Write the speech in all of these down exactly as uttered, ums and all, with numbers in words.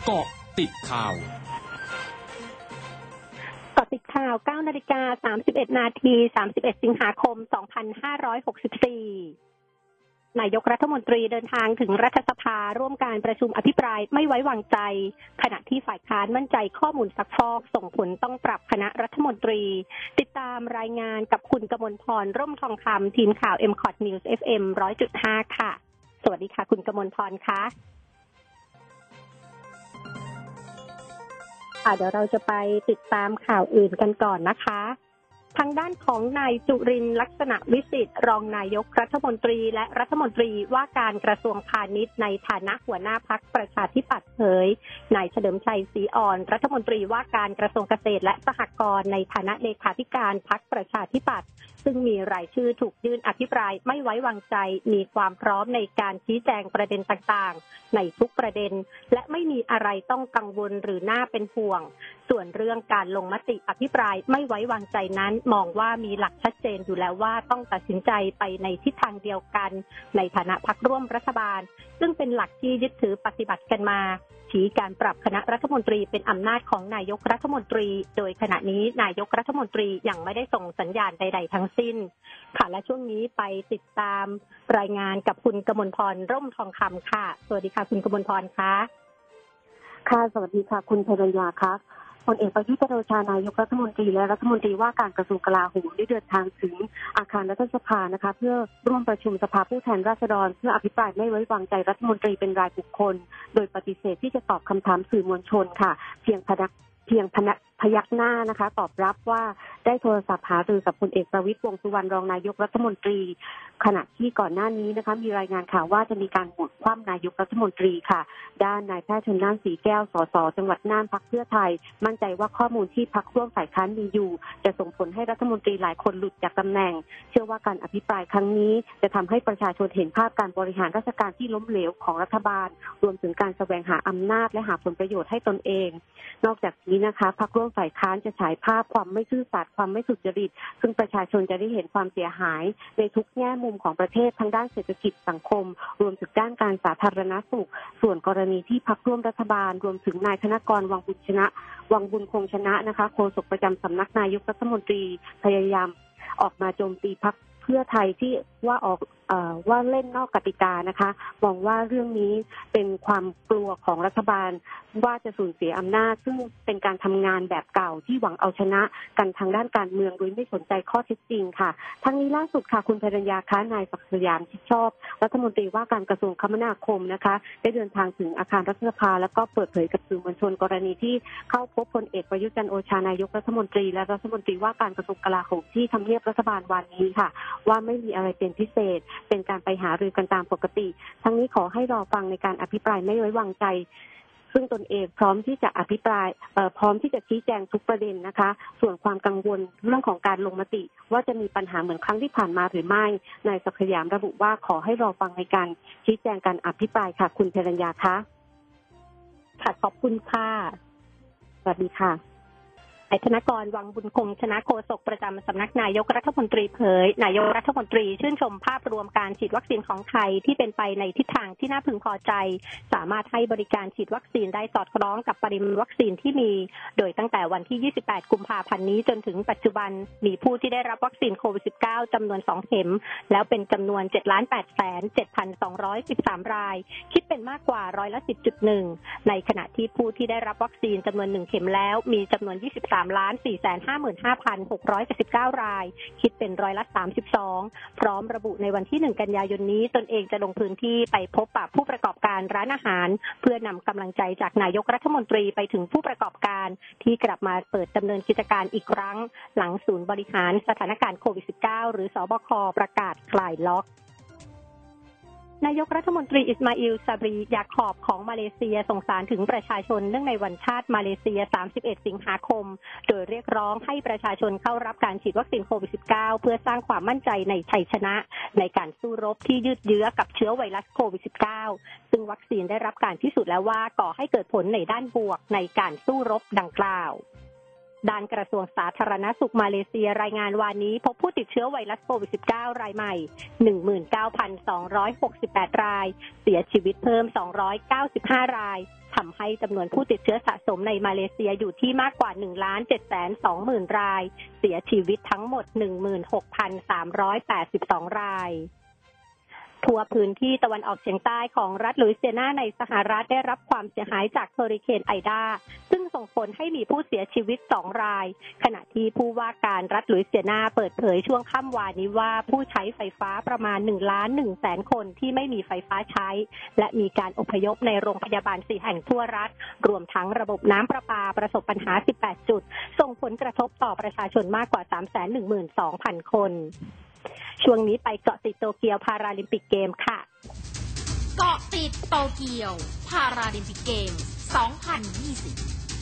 เกาะติดข่าวเกาะติดข่าวเก้านาฬิกาสามสิบเอ็ดนาทีสามสิบเอ็ดสิงหาคมสองพันห้าร้อยหกสิบสี่นายกรัฐมนตรีเดินทางถึงรัฐสภาร่วมการประชุมอภิปรายไม่ไว้วางใจขณะที่ฝ่ายค้านมั่นใจข้อมูลซักฟอกส่งผลต้องปรับคณะรัฐมนตรีติดตามรายงานกับคุณกมลพรร่มทองคำทีมข่าว เอ็ม คอท News เอฟ เอ็ม หนึ่งร้อยจุดห้า ค่ะสวัสดีค่ะคุณกมลพรคะค่ะเดี๋ยวเราจะไปติดตามข่าวอื่นกันก่อนนะคะทางด้านของนายจุรินทร์ลักษณะวิสิทธิ์รองนายกรัฐมนตรีและรัฐมนตรีว่าการกระทรวงพาณิชย์ในฐานะหัวหน้าพรรคประชาธิปัตย์เผยนายเฉลิมชัยศรีอ่อนรัฐมนตรีว่าการกระทรวงเกษตรและสหกรณ์ในฐานะเลขาธิการพรรคประชาธิปัตย์ซึ่งมีรายชื่อถูกยื่นอภิปรายไม่ไว้วางใจมีความพร้อมในการชี้แจงประเด็นต่างๆในทุกประเด็นและไม่มีอะไรต้องกังวลหรือน่าเป็นห่วงส่วนเรื่องการลงมติอภิปรายไม่ไว้วางใจนั้นมองว่ามีหลักชัดเจนอยู่แล้วว่าต้องตัดสินใจไปในทิศทางเดียวกันในฐานะพรรคร่วมรัฐบาลซึ่งเป็นหลักที่ยึดถือปฏิบัติกันมาชี้การปรับคณะรัฐมนตรีเป็นอำนาจของนายกรัฐมนตรีโดยขณะนี้นายกรัฐมนตรียังไม่ได้ส่งสัญญาณใดๆทั้งสิ้นค่ะและช่วงนี้ไปติดตามรายงานกับคุณกมลพรร่มทองคำค่ะสวัสดีค่ะคุณกมลพรคะค่ะสวัสดีค่ะคุณภรยาค่ะพลเอกประยุทธ์จันทร์โอชานายกรัฐมนตรีและรัฐมนตรีว่าการกระทรวงกลาโหมได้เดินทางถึงอาคารรัฐสภานะคะเพื่อร่วมประชุมสภาผู้แทนราษฎรเพื่ออภิปรายไม่ไว้วางใจรัฐมนตรีเป็นรายบุคคลโดยปฏิเสธที่จะตอบคำถามสื่อมวลชนค่ะเพียงพนักเพียงพนักพยักหน้านะคะตอบรับว่าได้โทรศัพท์หารือกับพลเอกประวิตรวงษ์สุวรรณรองนายกรัฐมนตรีขณะที่ก่อนหน้านี้นะคะมีรายงานข่าวว่าจะมีการโหวตคว่ำนายกรัฐมนตรีค่ะด้านนายแพทย์ชลน่านศรีแก้วสสจังหวัดน่านพรรคเพื่อไทยมั่นใจว่าข้อมูลที่พรรคร่วมฝ่ายค้านมีอยู่จะส่งผลให้รัฐมนตรีหลายคนหลุดจากตำแหน่งเชื่อว่าการอภิปรายครั้งนี้จะทำให้ประชาชนเห็นภาพการบริหารราชการที่ล้มเหลวของรัฐบาลรวมถึงการแสวงหาอำนาจและหาผลประโยชน์ให้ตนเองนอกจากนี้นะคะพรรคร่วมฝ่ายค้านจะฉายภาพความไม่ซื่อสัตย์ความไม่สุจริตซึ่งประชาชนจะได้เห็นความเสียหายในทุกแง่มุมของประเทศทั้งด้านเศรษฐกิจสังคมรวมถึงด้านการสาธารณสุขส่วนกรณีที่พรรคร่วมรัฐบาลรวมถึงนายธนกรวังบุญชนะวังบุญคงชนะนะคะโฆษกประจำสำนักนายกรัฐมนตรีพยายามออกมาโจมตีพรรคเพื่อไทยที่ว่าออกเอ่อว่าเล่นนอกกติกานะคะมองว่าเรื่องนี้เป็นความกลัวของรัฐบาลว่าจะสูญเสียอำนาจซึ่งเป็นการทำงานแบบเก่าที่หวังเอาชนะกันทางด้านการเมืองโดยไม่สนใจข้อเท็จจริงค่ะทั้งนี้ล่าสุดค่ะคุณภรยาคะนายศักดิ์สยามชิดชอบรัฐมนตรีว่าการกระทรวงคมนาคมนะคะได้เดินทางถึงอาคารรัฐสภาแล้วก็เปิดเผยกับสื่อมวลชนกรณีที่เข้าพบพลเอกประยุทธ์จันทร์โอชานายกรัฐมนตรีและรัฐมนตรีว่าการกระทรวงกลาโหมที่ทำเนียบรัฐบาลวันนี้ค่ะว่าไม่มีอะไรเป็นพิเศษเป็นการไปหารือกันตามปกติทั้งนี้ขอให้รอฟังในการอภิปรายไม่ไว้วางใจซึ่งตนเองพร้อมที่จะอภิปรายเอ่อพร้อมที่จะชี้แจงทุกประเด็นนะคะส่วนความกังวลเรื่องของการลงมติว่าจะมีปัญหาเหมือนครั้งที่ผ่านมาหรือไม่นายศักดิ์สยามระบุว่าขอให้รอฟังในการชี้แจงการอภิปรายค่ะคุณภรยาคะค่ะขอบคุณค่ะสวัสดีค่ะนายธนกรวังบุญคงชนะโฆษกประจำสำนักนายกรัฐมนตรีเผยนายกรัฐมนตรีชื่นชมภาพรวมการฉีดวัคซีนของไทยที่เป็นไปในทิศทางที่น่าพึงพอใจสามารถให้บริการฉีดวัคซีนได้สอดคล้องกับปริมาณวัคซีนที่มีโดยตั้งแต่วันที่ยี่สิบแปดกุมภาพันธ์นี้จนถึงปัจจุบันมีผู้ที่ได้รับวัคซีนโควิด สิบเก้า จำนวนสองเข็มแล้วเป็นจำนวน เจ็ดล้านแปดแสนเจ็ดพันสองร้อยสิบสาม รายคิดเป็นมากกว่าร้อยละ สิบจุดหนึ่ง ในขณะที่ผู้ที่ได้รับวัคซีนจำนวนหนึ่งเข็มแล้วมีจำนวนยี่สิบสามล้านสี่แสนห้าหมื่นห้าพันหกร้อยเจ็ดสิบเก้ารายคิดเป็นร้อยละสามสิบสองพร้อมระบุในวันที่หนึ่งกันยายนนี้ตนเองจะลงพื้นที่ไปพบปะผู้ประกอบการร้านอาหารเพื่อนำกำลังใจจากนายกรัฐมนตรีไปถึงผู้ประกอบการที่กลับมาเปิดดำเนินกิจการอีกครั้งหลังศูนย์บริหารสถานการณ์โควิด สิบเก้า หรือสบคประกาศคลายล็อกนายกรัฐมนตรีอิสมาอิล ซาบรียาคอบของมาเลเซียส่งสารถึงประชาชนเนื่องในวันชาติมาเลเซียสามสิบเอ็ดสิงหาคมโดยเรียกร้องให้ประชาชนเข้ารับการฉีดวัคซีนโควิด สิบเก้า เพื่อสร้างความมั่นใจในชัยชนะในการสู้รบที่ยืดเยื้อกับเชื้อไวรัสโควิด สิบเก้า ซึ่งวัคซีนได้รับการพิสูจน์แล้วว่าก่อให้เกิดผลในด้านบวกในการสู้รบดังกล่าว ด้านกระทรวงสาธารณสุขมาเลเซียรายงานวันนี้พบผู้ติดเชื้อไวรัสโควิด สิบเก้า รายใหม่ หนึ่งหมื่นเก้าพันสองร้อยหกสิบแปด รายเสียชีวิตเพิ่มสองร้อยเก้าสิบห้ารายทำให้จำนวนผู้ติดเชื้อสะสมในมาเลเซียอยู่ที่มากกว่า หนึ่งล้านเจ็ดแสนสองหมื่น รายเสียชีวิตทั้งหมด หนึ่งหมื่นหกพันสามร้อยแปดสิบสอง รายทั่วพื้นที่ตะวันออกเฉียงใต้ของรัฐลุยเซียนาในสหรัฐได้รับความเสียหายจากเฮอริเคนไอดาซึ่งส่งผลให้มีผู้เสียชีวิตสองรายขณะที่ผู้ว่าการรัฐลุยเซียนาเปิดเผยช่วงค่ำวานนี้ว่าผู้ใช้ไฟฟ้าประมาณหนึ่งล้านหนึ่งแสนคนที่ไม่มีไฟฟ้าใช้และมีการอพยพในโรงพยาบาลสี่แห่งทั่วรัฐรวมทั้งระบบน้ำประปาประสบปัญหาสิบแปดจุดส่งผลกระทบต่อประชาชนมากกว่า สามแสนหนึ่งหมื่นสองพัน คนช่วงนี้ไปเกาะติดโตเกียวพาราลิมปิกเกมค่ะเกาะติดโตเกียวพาราลิมปิกเกมสองพันยี่สิบ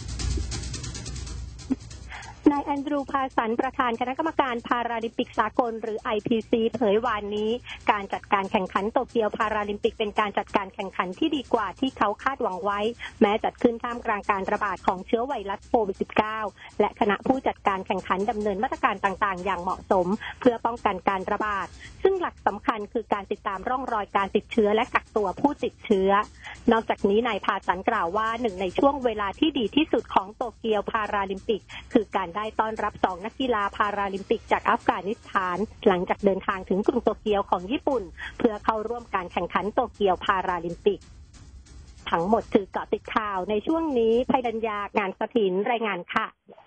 นายแอนดรูว์ พาสันประธานคณะกรรมการพาราลิมปิกสากลหรือ ไอ พี ซี เผยวันนี้การจัดการแข่งขันโตเกียวพาราลิมปิกเป็นการจัดการแข่งขันที่ดีกว่าที่เขาคาดหวังไว้แม้จัดขึ้นท่ามกลางการระบาดของเชื้อไวรัสโควิด สิบเก้า และคณะผู้จัดการแข่งขันดำเนินมาตรการต่างๆอย่างเหมาะสมเพื่อป้องกันการระบาดซึ่งหลักสำคัญคือการติดตามร่องรอยการติดเชื้อและกักตัวผู้ติดเชื้อนอกจากนี้นายพาสันกล่าวว่าหนึ่งในช่วงเวลาที่ดีที่สุดของโตเกียวพาราลิมปิกคือการได้ต้อนรับสองนักกีฬาพาราลิมปิกจากอัฟกานิสถานหลังจากเดินทางถึงกรุงโตเกียวของญี่ปุ่นเพื่อเข้าร่วมการแข่งขันโตเกียวพาราลิมปิกทั้งหมดคือเกาะติดข่าวในช่วงนี้ภัยดัญญางานสถินรายงานค่ะ